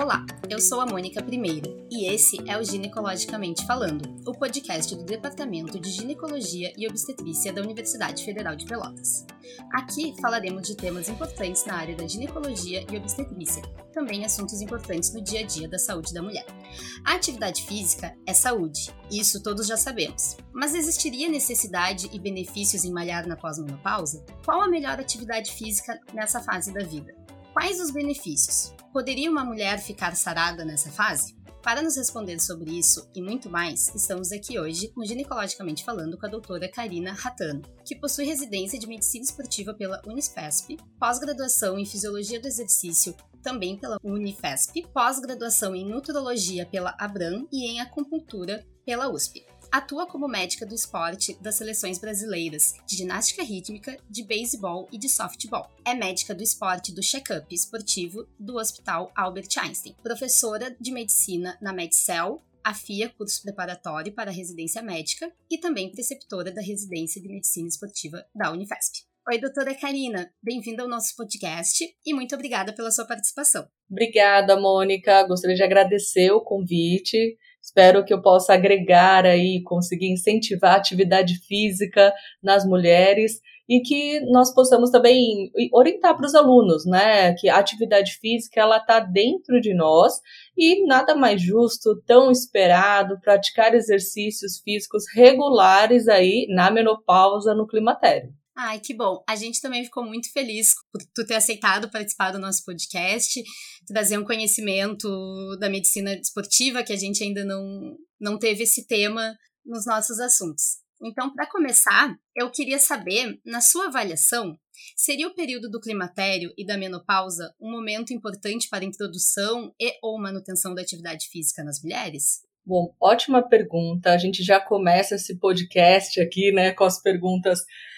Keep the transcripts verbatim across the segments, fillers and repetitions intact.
Olá, eu sou a Mônica Primeira e esse é o Ginecologicamente Falando, o podcast do Departamento de Ginecologia e Obstetrícia da Universidade Federal de Pelotas. Aqui falaremos de temas importantes na área da ginecologia e obstetrícia, também assuntos importantes no dia a dia da saúde da mulher. A atividade física é saúde, isso todos já sabemos. Mas existiria necessidade e benefícios em malhar na pós-menopausa? Qual a melhor atividade física nessa fase da vida? Quais os benefícios? Poderia uma mulher ficar sarada nessa fase? Para nos responder sobre isso e muito mais, estamos aqui hoje no Ginecologicamente Falando com a doutora Karina Ratano, que possui residência de Medicina Esportiva pela Unifesp, pós-graduação em Fisiologia do Exercício também pela Unifesp, pós-graduação em Nutrologia pela Abram e em Acupuntura pela U S P. Atua como médica do esporte das seleções brasileiras de ginástica rítmica, de beisebol e de softball. É médica do esporte do check-up esportivo do Hospital Albert Einstein. Professora de medicina na Medcel, a F I A, curso preparatório para a residência médica, e também preceptora da residência de medicina esportiva da Unifesp. Oi, doutora Karina, bem-vinda ao nosso podcast e muito obrigada pela sua participação. Obrigada, Mônica. Gostaria de agradecer o convite. Espero que eu possa agregar aí, conseguir incentivar a atividade física nas mulheres e que nós possamos também orientar para os alunos, né, que a atividade física ela está dentro de nós e nada mais justo, tão esperado, praticar exercícios físicos regulares aí na menopausa, no climatério. Ai, que bom. A gente também ficou muito feliz por tu ter aceitado participar do nosso podcast, trazer um conhecimento da medicina esportiva, que a gente ainda não, não teve esse tema nos nossos assuntos. Então, para começar, eu queria saber, na sua avaliação, seria o período do climatério e da menopausa um momento importante para a introdução e ou manutenção da atividade física nas mulheres? Bom, ótima pergunta. A gente já começa esse podcast aqui, né, com as perguntas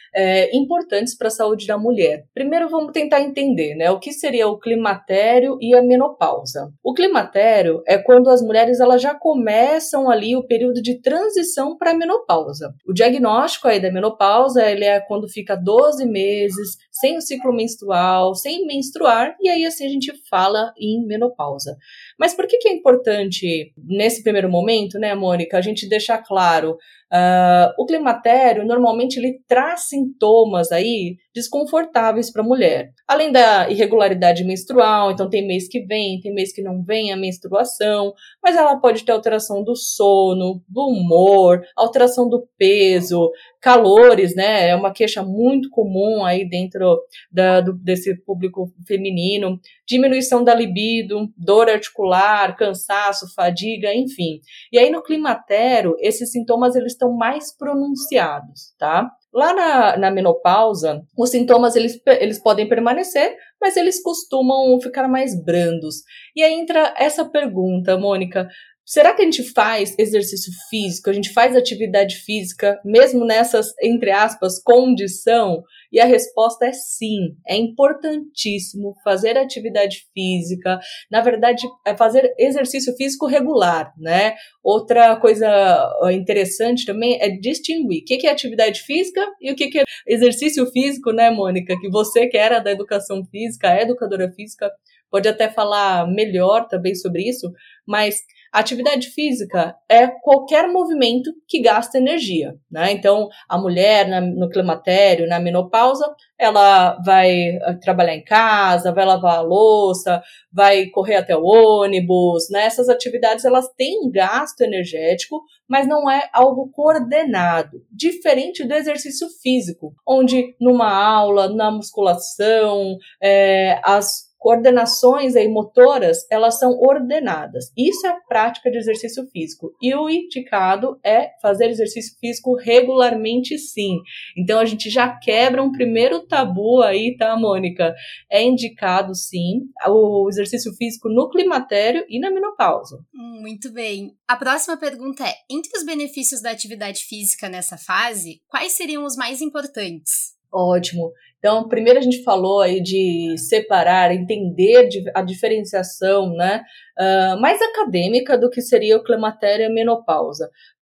É, importantes para a saúde da mulher. Primeiro vamos tentar entender, né, o que seria o climatério e a menopausa. O climatério é quando as mulheres elas já começam ali o período de transição para a menopausa. O diagnóstico aí da menopausa ele é quando fica doze meses sem o ciclo menstrual, sem menstruar, e aí assim a gente fala em menopausa. Mas por que que é importante nesse primeiro momento, né, Mônica, a gente deixar claro Uh, o climatério, normalmente, ele traz sintomas aí desconfortáveis para a mulher. Além da irregularidade menstrual, então tem mês que vem, tem mês que não vem a menstruação, mas ela pode ter alteração do sono, do humor, alteração do peso, calores, né? É uma queixa muito comum aí dentro da, do, desse público feminino, diminuição da libido, dor articular, cansaço, fadiga, enfim. E aí no climatério, esses sintomas eles estão mais pronunciados, tá? Lá na, na menopausa, os sintomas eles, eles podem permanecer, mas eles costumam ficar mais brandos. E aí entra essa pergunta, Mônica, será que a gente faz exercício físico, a gente faz atividade física, mesmo nessas, entre aspas, condição? E a resposta é sim, é importantíssimo fazer atividade física, na verdade, é fazer exercício físico regular, né? Outra coisa interessante também é distinguir o que é atividade física e o que é exercício físico, né, Mônica? Que você que era da educação física, é educadora física, pode até falar melhor também sobre isso, mas a atividade física é qualquer movimento que gasta energia, né? Então, a mulher na, no climatério, na menopausa, ela vai trabalhar em casa, vai lavar a louça, vai correr até o ônibus, né? Essas atividades, elas têm gasto energético, mas não é algo coordenado, diferente do exercício físico, onde numa aula, na musculação, é, as coordenações aí motoras, elas são ordenadas. Isso é a prática de exercício físico. E o indicado é fazer exercício físico regularmente, sim. Então, a gente já quebra um primeiro tabu aí, tá, Mônica? É indicado, sim, o exercício físico no climatério e na menopausa. Muito bem. A próxima pergunta é, entre os benefícios da atividade física nessa fase, quais seriam os mais importantes? Ótimo. Então, primeiro a gente falou aí de separar, entender a diferenciação, né, uh, mais acadêmica do que seria o climatério e a menopausa.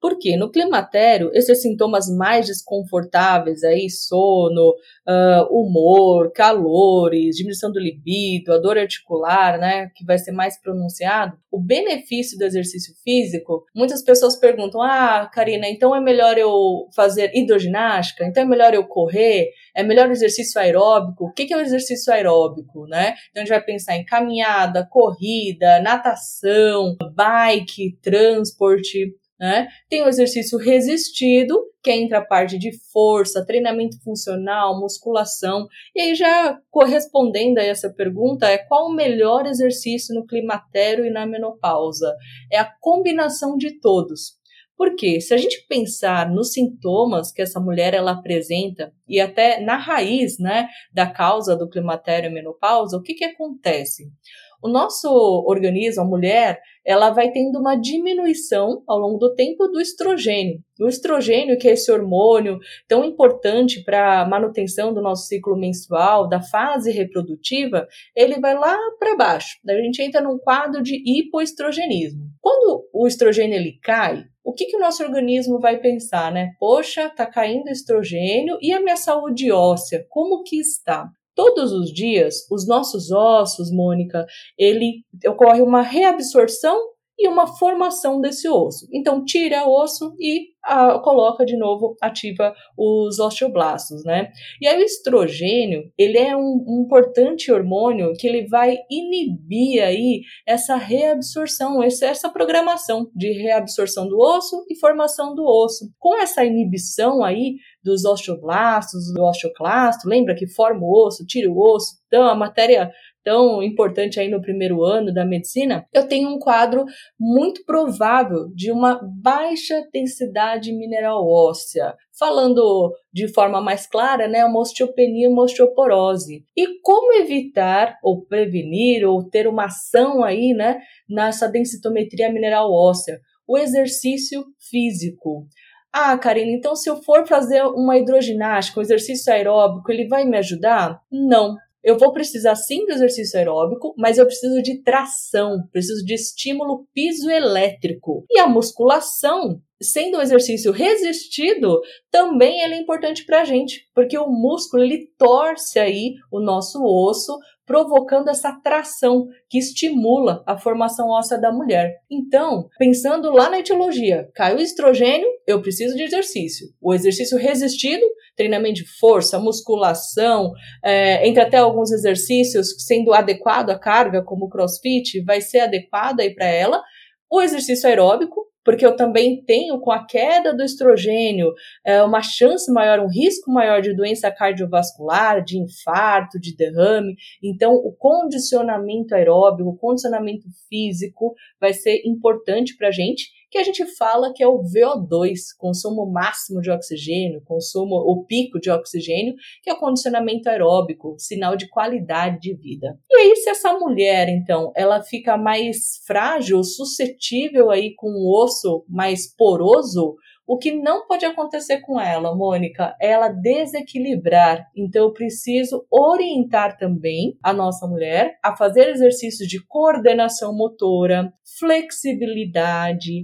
Porque no climatério, esses sintomas mais desconfortáveis, aí, sono, uh, humor, calores, diminuição do libido, a dor articular, né, que vai ser mais pronunciado, o benefício do exercício físico, muitas pessoas perguntam, ah, Karina, então é melhor eu fazer hidroginástica? Então é melhor eu correr? É melhor o exercício aeróbico? O que é o exercício aeróbico, né? Então a gente vai pensar em caminhada, corrida, natação, bike, transporte, né? Tem o exercício resistido, que entra a parte de força, treinamento funcional, musculação. E aí, já correspondendo a essa pergunta, é qual o melhor exercício no climatério e na menopausa? É a combinação de todos. Porque se a gente pensar nos sintomas que essa mulher ela apresenta e até na raiz, né, da causa do climatério e menopausa, o que que acontece? O nosso organismo, a mulher, ela vai tendo uma diminuição ao longo do tempo do estrogênio. O estrogênio, que é esse hormônio tão importante para a manutenção do nosso ciclo menstrual, da fase reprodutiva, ele vai lá para baixo. Daí a gente entra num quadro de hipoestrogenismo. Quando o estrogênio ele cai, o que, que o nosso organismo vai pensar, né? Poxa, tá caindo estrogênio e a minha saúde óssea, como que está? Todos os dias, os nossos ossos, Mônica, ele ocorre uma reabsorção e uma formação desse osso. Então, tira o osso e ah, coloca de novo, ativa os osteoblastos, né? E aí o estrogênio, ele é um, um importante hormônio que ele vai inibir aí essa reabsorção, essa, essa programação de reabsorção do osso e formação do osso. Com essa inibição aí dos osteoblastos, do osteoclasto, lembra que forma o osso, tira o osso, então a matéria tão importante aí no primeiro ano da medicina, eu tenho um quadro muito provável de uma baixa densidade mineral óssea. Falando de forma mais clara, né, uma osteopenia e uma osteoporose. E como evitar, ou prevenir, ou ter uma ação aí, né, nessa densitometria mineral óssea? O exercício físico. Ah, Karina, então se eu for fazer uma hidroginástica, um exercício aeróbico, ele vai me ajudar? Não. Eu vou precisar sim do exercício aeróbico, mas eu preciso de tração, preciso de estímulo pisoelétrico. E a musculação, sendo um exercício resistido, também ele é importante para a gente, porque o músculo ele torce aí o nosso osso, provocando essa tração que estimula a formação óssea da mulher. Então, pensando lá na etiologia, caiu o estrogênio, eu preciso de exercício. O exercício resistido, treinamento de força, musculação, é, entre até alguns exercícios sendo adequado à carga, como o crossfit, vai ser adequado aí para ela. O exercício aeróbico, porque eu também tenho, com a queda do estrogênio, é, uma chance maior, um risco maior de doença cardiovascular, de infarto, de derrame. Então, o condicionamento aeróbico, o condicionamento físico vai ser importante para a gente, que a gente fala que é o V O dois, consumo máximo de oxigênio, consumo, o pico de oxigênio, que é o condicionamento aeróbico, sinal de qualidade de vida. E aí, se essa mulher, então, ela fica mais frágil, suscetível aí com o osso mais poroso, o que não pode acontecer com ela, Mônica, é ela desequilibrar. Então, eu preciso orientar também a nossa mulher a fazer exercícios de coordenação motora, flexibilidade,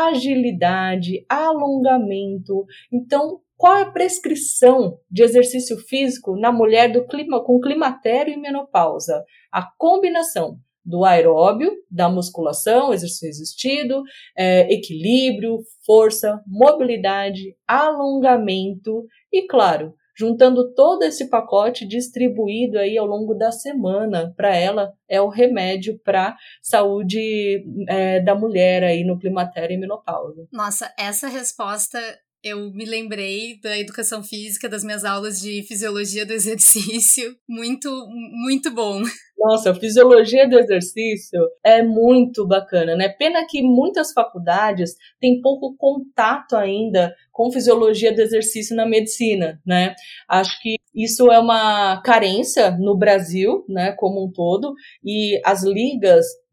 agilidade, alongamento. Então, qual é a prescrição de exercício físico na mulher do clima, com climatério e menopausa? A combinação do aeróbio, da musculação, exercício resistido, é, equilíbrio, força, mobilidade, alongamento e, claro, juntando todo esse pacote distribuído aí ao longo da semana, para ela é o remédio para saúde é, da mulher aí no climatério e menopausa. Nossa, essa resposta eu me lembrei da educação física, das minhas aulas de fisiologia do exercício. Muito, muito bom. Nossa, a fisiologia do exercício é muito bacana, né? Pena que muitas faculdades têm pouco contato ainda com fisiologia do exercício na medicina, né? Acho que isso é uma carência no Brasil, né, como um todo, e as ligas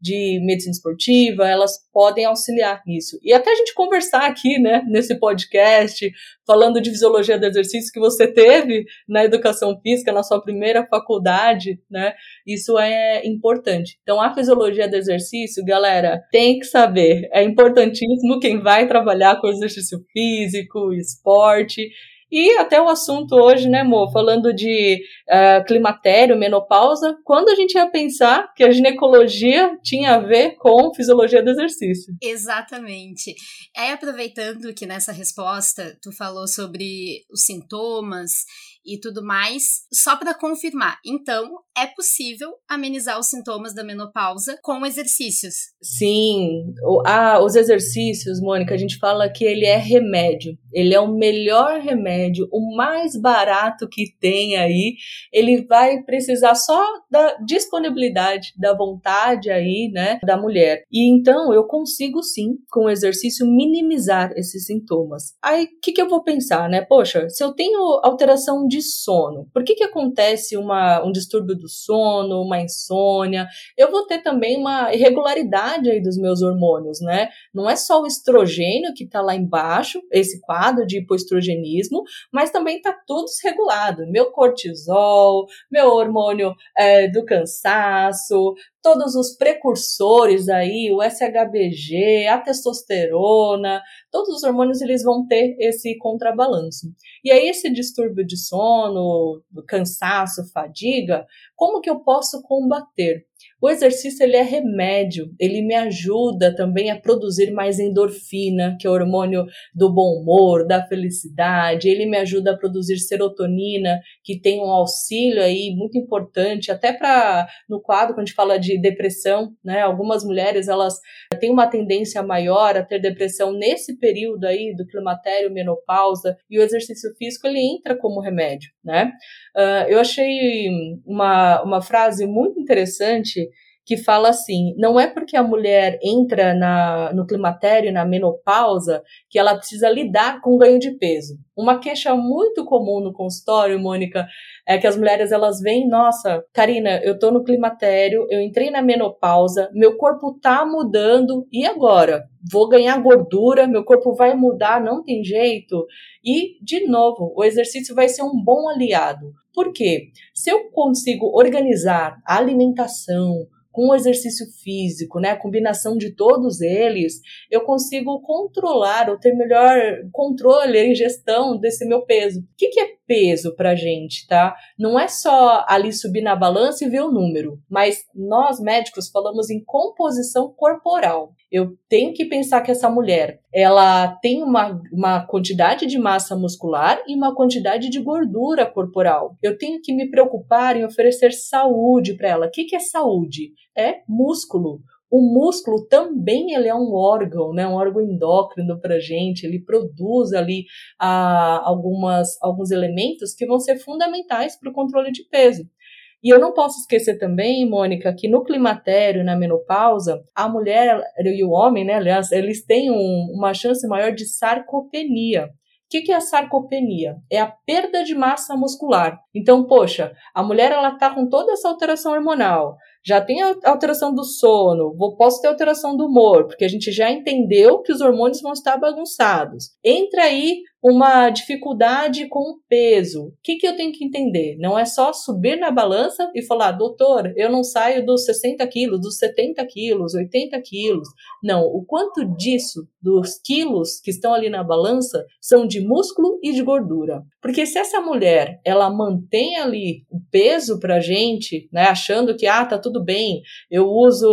de medicina esportiva, elas podem auxiliar nisso. E até a gente conversar aqui, né, nesse podcast, falando de fisiologia do exercício que você teve na educação física, na sua primeira faculdade, né, isso é importante. Então, a fisiologia do exercício, galera, tem que saber, é importantíssimo quem vai trabalhar com exercício físico, esporte. E até o assunto hoje, né, Mo, falando de uh, climatério, menopausa, quando a gente ia pensar que a ginecologia tinha a ver com fisiologia do exercício? Exatamente. Aí, aproveitando que nessa resposta tu falou sobre os sintomas e tudo mais, só para confirmar, então é possível amenizar os sintomas da menopausa com exercícios? Sim, o, ah, os exercícios, Mônica, a gente fala que ele é remédio, ele é o melhor remédio, o mais barato que tem aí, ele vai precisar só da disponibilidade, da vontade aí, né, da mulher. E então eu consigo sim, com o exercício, minimizar esses sintomas. Aí, o que que eu vou pensar, né? Poxa, se eu tenho alteração de sono, por que que acontece uma, um distúrbio do sono, uma insônia? Eu vou ter também uma irregularidade aí dos meus hormônios, né? Não é só o estrogênio que tá lá embaixo, esse quadro de hipoestrogenismo, mas também tá tudo desregulado. Meu cortisol, meu hormônio é, do cansaço, todos os precursores aí, o S H B G, a testosterona, todos os hormônios eles vão ter esse contrabalanço. E aí esse distúrbio de sono, cansaço, fadiga, como que eu posso combater? O exercício ele é remédio, ele me ajuda também a produzir mais endorfina, que é o hormônio do bom humor, da felicidade, ele me ajuda a produzir serotonina, que tem um auxílio aí muito importante, até para no quadro, quando a gente fala de depressão, né, algumas mulheres elas têm uma tendência maior a ter depressão nesse período aí do climatério, menopausa, e o exercício físico ele entra como remédio, né? Uh, eu achei uma, uma frase muito interessante que fala assim, não é porque a mulher entra na, no climatério, na menopausa, que ela precisa lidar com ganho de peso. Uma queixa muito comum no consultório, Mônica, é que as mulheres elas veem, nossa, Karina, eu tô no climatério, eu entrei na menopausa, meu corpo tá mudando, e agora? Vou ganhar gordura, meu corpo vai mudar, não tem jeito? E, de novo, o exercício vai ser um bom aliado. Por quê? Se eu consigo organizar a alimentação, com o exercício físico, né, a combinação de todos eles, eu consigo controlar ou ter melhor controle e gestão desse meu peso. O que que é peso pra gente, tá? Não é só ali subir na balança e ver o número, mas nós médicos falamos em composição corporal. Eu tenho que pensar que essa mulher, ela tem uma, uma quantidade de massa muscular e uma quantidade de gordura corporal. Eu tenho que me preocupar em oferecer saúde para ela. O que que é saúde? É músculo. O músculo também ele é um órgão, né? Um órgão endócrino para a gente, ele produz ali ah, algumas, alguns elementos que vão ser fundamentais para o controle de peso. E eu não posso esquecer também, Mônica, que no climatério, na menopausa, a mulher e o homem, né, aliás, eles têm um, uma chance maior de sarcopenia. O que que é a sarcopenia? É a perda de massa muscular. Então, poxa, a mulher ela tá com toda essa alteração hormonal, já tem a alteração do sono, posso ter alteração do humor, porque a gente já entendeu que os hormônios vão estar bagunçados. Entra aí uma dificuldade com o peso. O que que eu tenho que entender? Não é só subir na balança e falar, doutor, eu não saio dos sessenta quilos, dos setenta quilos, oitenta quilos. Não, o quanto disso, dos quilos que estão ali na balança, são de músculo e de gordura. Porque se essa mulher, ela mantém ali o peso pra gente, né, achando que, ah, tá tudo bem, eu uso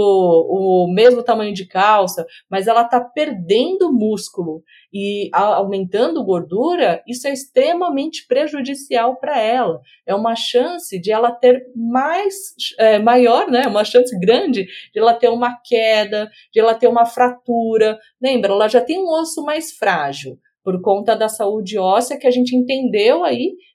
o mesmo tamanho de calça, mas ela tá perdendo músculo e aumentando gordura, isso é extremamente prejudicial para ela. É uma chance de ela ter mais, é, maior, né, uma chance grande de ela ter uma queda, de ela ter uma fratura. Lembra, ela já tem um osso mais frágil, por conta da saúde óssea que a gente entendeu aí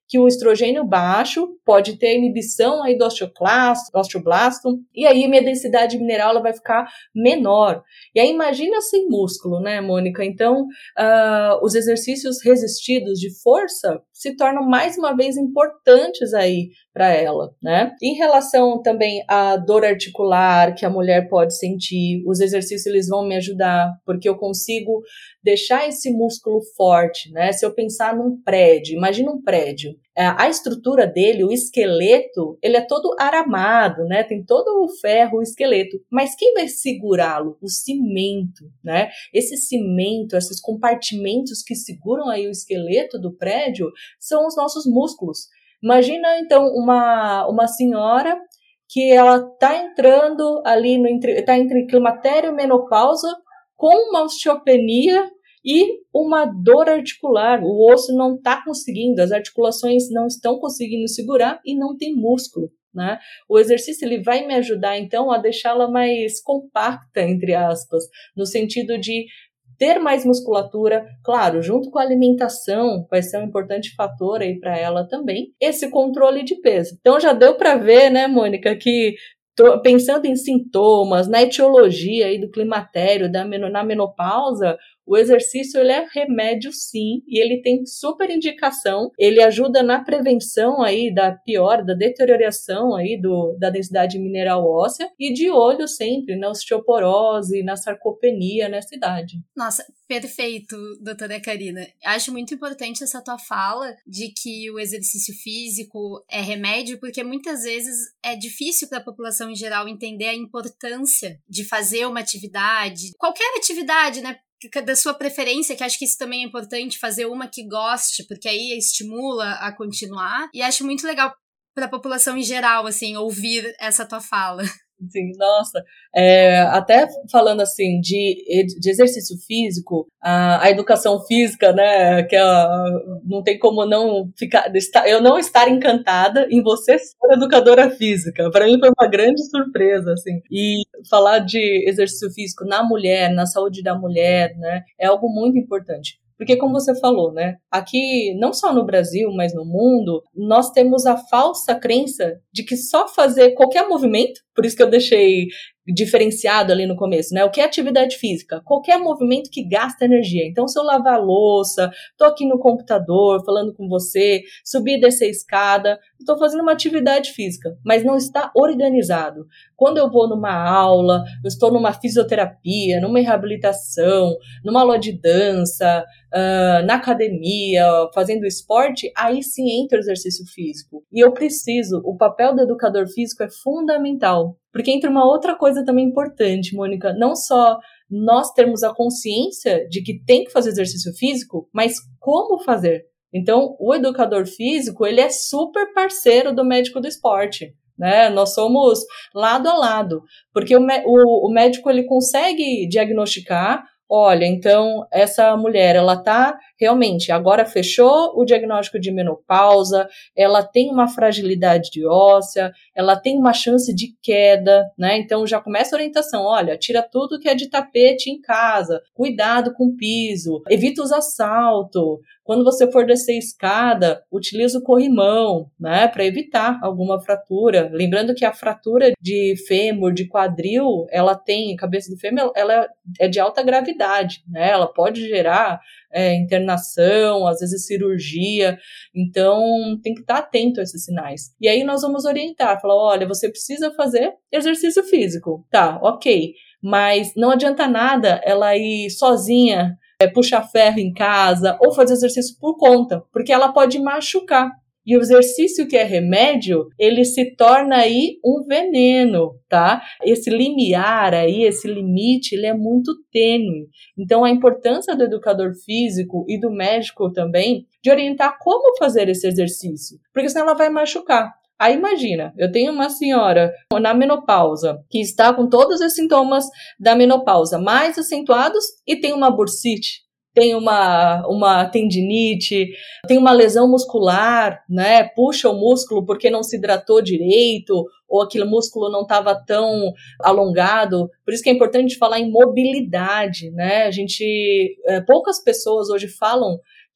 que o estrogênio baixo pode ter inibição aí do osteoclasto, do osteoblasto, e aí minha densidade mineral ela vai ficar menor. E aí imagina sem músculo, né, Mônica? Então, uh, os exercícios resistidos de força se tornam mais uma vez importantes aí para ela, né? Em relação também à dor articular que a mulher pode sentir, os exercícios eles vão me ajudar, porque eu consigo deixar esse músculo forte, né? Se eu pensar num prédio, imagina um prédio, a estrutura dele, o esqueleto, ele é todo aramado, né? Tem todo o ferro, o esqueleto, mas quem vai segurá-lo? O cimento, né? Esse cimento, esses compartimentos que seguram aí o esqueleto do prédio são os nossos músculos. Imagina, então, uma, uma senhora que ela está entrando ali, no está entre climatério e menopausa, com uma osteopenia e uma dor articular. O osso não está conseguindo, as articulações não estão conseguindo segurar e não tem músculo, né? O exercício ele vai me ajudar, então, a deixá-la mais compacta, entre aspas, no sentido de ter mais musculatura, claro, junto com a alimentação, vai ser um importante fator aí para ela também, esse controle de peso. Então já deu para ver, né, Mônica, que tô pensando em sintomas, na etiologia aí do climatério, da, na menopausa, o exercício ele é remédio sim, e ele tem super indicação, ele ajuda na prevenção aí da pior, da deterioração aí do, da densidade mineral óssea, e de olho sempre na osteoporose, na sarcopenia nessa idade. Nossa, perfeito, doutora Karina. Acho muito importante essa tua fala de que o exercício físico é remédio, porque muitas vezes é difícil para a população em geral entender a importância de fazer uma atividade, qualquer atividade, né? Da sua preferência, que acho que isso também é importante, fazer uma que goste, porque aí estimula a continuar, e acho muito legal para a população em geral, assim, ouvir essa tua fala. Sim, nossa, é, até falando assim de, de exercício físico, a, a educação física, né, que a, não tem como não ficar, eu não estar encantada em você ser educadora física, para mim foi uma grande surpresa, assim, e falar de exercício físico na mulher, na saúde da mulher, né, é algo muito importante. Porque, como você falou, né, aqui, não só no Brasil, mas no mundo, nós temos a falsa crença de que só fazer qualquer movimento, por isso que eu deixei diferenciado ali no começo, né, o que é atividade física? Qualquer movimento que gasta energia. Então, se eu lavar a louça, tô aqui no computador falando com você, subir e descer a escada, estou fazendo uma atividade física, mas não está organizado. Quando eu vou numa aula, eu estou numa fisioterapia, numa reabilitação, numa aula de dança, uh, na academia, fazendo esporte, aí sim entra o exercício físico. E eu preciso, o papel do educador físico é fundamental, porque entra uma outra coisa também importante, Mônica, não só nós termos a consciência de que tem que fazer exercício físico, mas como fazer. Então, o educador físico, ele é super parceiro do médico do esporte, né? Nós somos lado a lado, porque o, o, o médico, ele consegue diagnosticar, olha, então, essa mulher, ela tá realmente, agora fechou o diagnóstico de menopausa, ela tem uma fragilidade de óssea, ela tem uma chance de queda, né? Então, já começa a orientação, olha, tira tudo que é de tapete em casa, cuidado com o piso, evita os assaltos, quando você for descer a escada, utiliza o corrimão, né, para evitar alguma fratura. Lembrando que a fratura de fêmur, de quadril, ela tem, cabeça do fêmur, ela é de alta gravidade, né, ela pode gerar é, internação, às vezes cirurgia, então tem que estar atento a esses sinais. E aí nós vamos orientar, falar, olha, você precisa fazer exercício físico, tá, ok, mas não adianta nada ela ir sozinha, É, puxar ferro em casa ou fazer exercício por conta, porque ela pode machucar. E o exercício que é remédio, ele se torna aí um veneno, tá? Esse limiar aí, esse limite, ele é muito tênue. Então, a importância do educador físico e do médico também, de orientar como fazer esse exercício, porque senão ela vai machucar. Aí imagina, eu tenho uma senhora na menopausa que está com todos os sintomas da menopausa mais acentuados e tem uma bursite, tem uma, uma tendinite, tem uma lesão muscular, né? Puxa o músculo porque não se hidratou direito ou aquele músculo não estava tão alongado. Por isso que é importante falar em mobilidade, né? A gente, é, poucas pessoas hoje falam que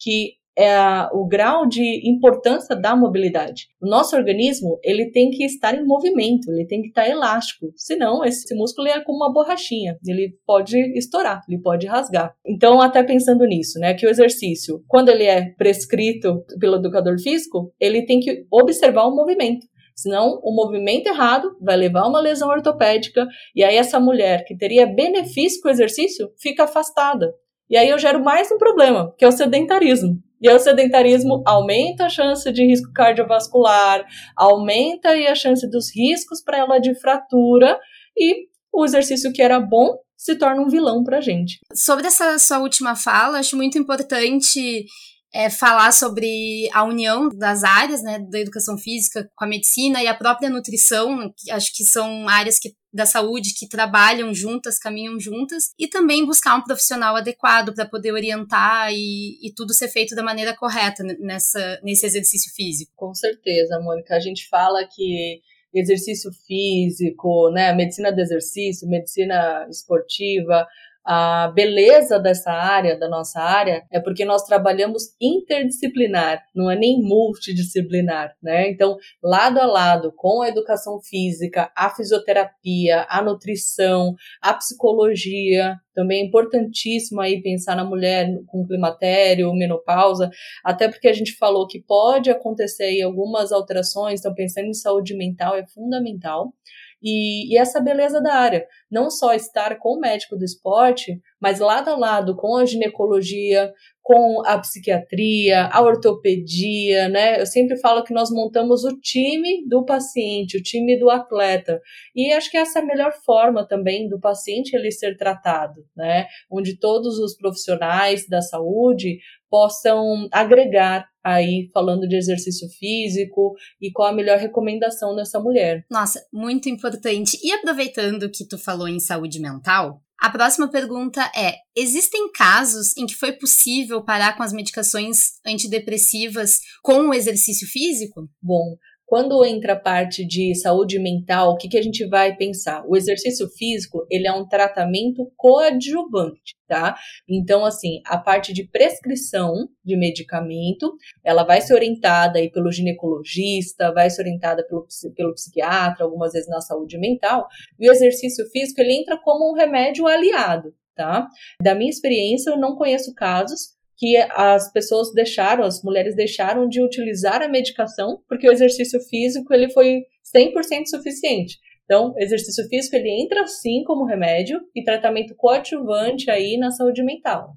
é a, o grau de importância da mobilidade. O nosso organismo, ele tem que estar em movimento, ele tem que estar elástico, senão esse músculo é como uma borrachinha, ele pode estourar, ele pode rasgar. Então, até pensando nisso, né, que o exercício, quando ele é prescrito pelo educador físico, ele tem que observar o movimento. Senão, o movimento errado vai levar a uma lesão ortopédica, e aí essa mulher que teria benefício com o exercício fica afastada. E aí eu gero mais um problema, que é o sedentarismo. E aí o sedentarismo aumenta a chance de risco cardiovascular, aumenta aí a chance dos riscos para ela de fratura, e o exercício que era bom se torna um vilão para a gente. Sobre essa sua última fala, acho muito importante É, falar sobre a união das áreas, né, da educação física com a medicina e a própria nutrição, que acho que são áreas que, da saúde que trabalham juntas, caminham juntas, e também buscar um profissional adequado para poder orientar e, e tudo ser feito da maneira correta nessa, nesse exercício físico. Com certeza, Mônica. A gente fala que exercício físico, né, medicina do exercício, medicina esportiva, a beleza dessa área, da nossa área, é porque nós trabalhamos interdisciplinar, não é nem multidisciplinar, né? Então, lado a lado com a educação física, a fisioterapia, a nutrição, a psicologia, também é importantíssimo aí pensar na mulher com climatério, menopausa, até porque a gente falou que pode acontecer aí algumas alterações, então pensando em saúde mental é fundamental. E, e essa beleza da área, não só estar com o médico do esporte, mas lado a lado com a ginecologia, com a psiquiatria, a ortopedia, né? Eu sempre falo que nós montamos o time do paciente, o time do atleta, e acho que essa é a melhor forma também do paciente ele ser tratado, né? Onde todos os profissionais da saúde possam agregar aí, falando de exercício físico e qual a melhor recomendação dessa mulher. Nossa, muito importante. E aproveitando que tu falou em saúde mental, a próxima pergunta é: existem casos em que foi possível parar com as medicações antidepressivas com o exercício físico? Bom, quando entra a parte de saúde mental, o que, que a gente vai pensar? O exercício físico, ele é um tratamento coadjuvante, tá? Então, assim, a parte de prescrição de medicamento, ela vai ser orientada aí pelo ginecologista, vai ser orientada pelo, pelo psiquiatra, algumas vezes na saúde mental, e o exercício físico, ele entra como um remédio aliado, tá? Da minha experiência, eu não conheço casos que as pessoas deixaram, as mulheres deixaram de utilizar a medicação, porque o exercício físico ele foi cem por cento suficiente. Então, o exercício físico ele entra sim como remédio e tratamento coadjuvante aí na saúde mental.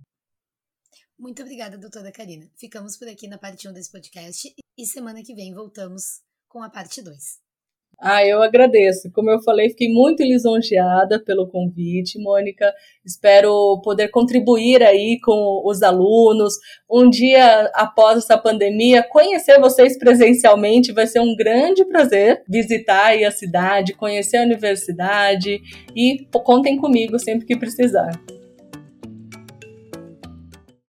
Muito obrigada, doutora Karina. Ficamos por aqui na parte um desse podcast e semana que vem voltamos com a parte dois. Ah, eu agradeço. Como eu falei, fiquei muito lisonjeada pelo convite, Mônica. Espero poder contribuir aí com os alunos. Um dia após essa pandemia, conhecer vocês presencialmente vai ser um grande prazer. Visitar aí a cidade, conhecer a universidade e contem comigo sempre que precisar.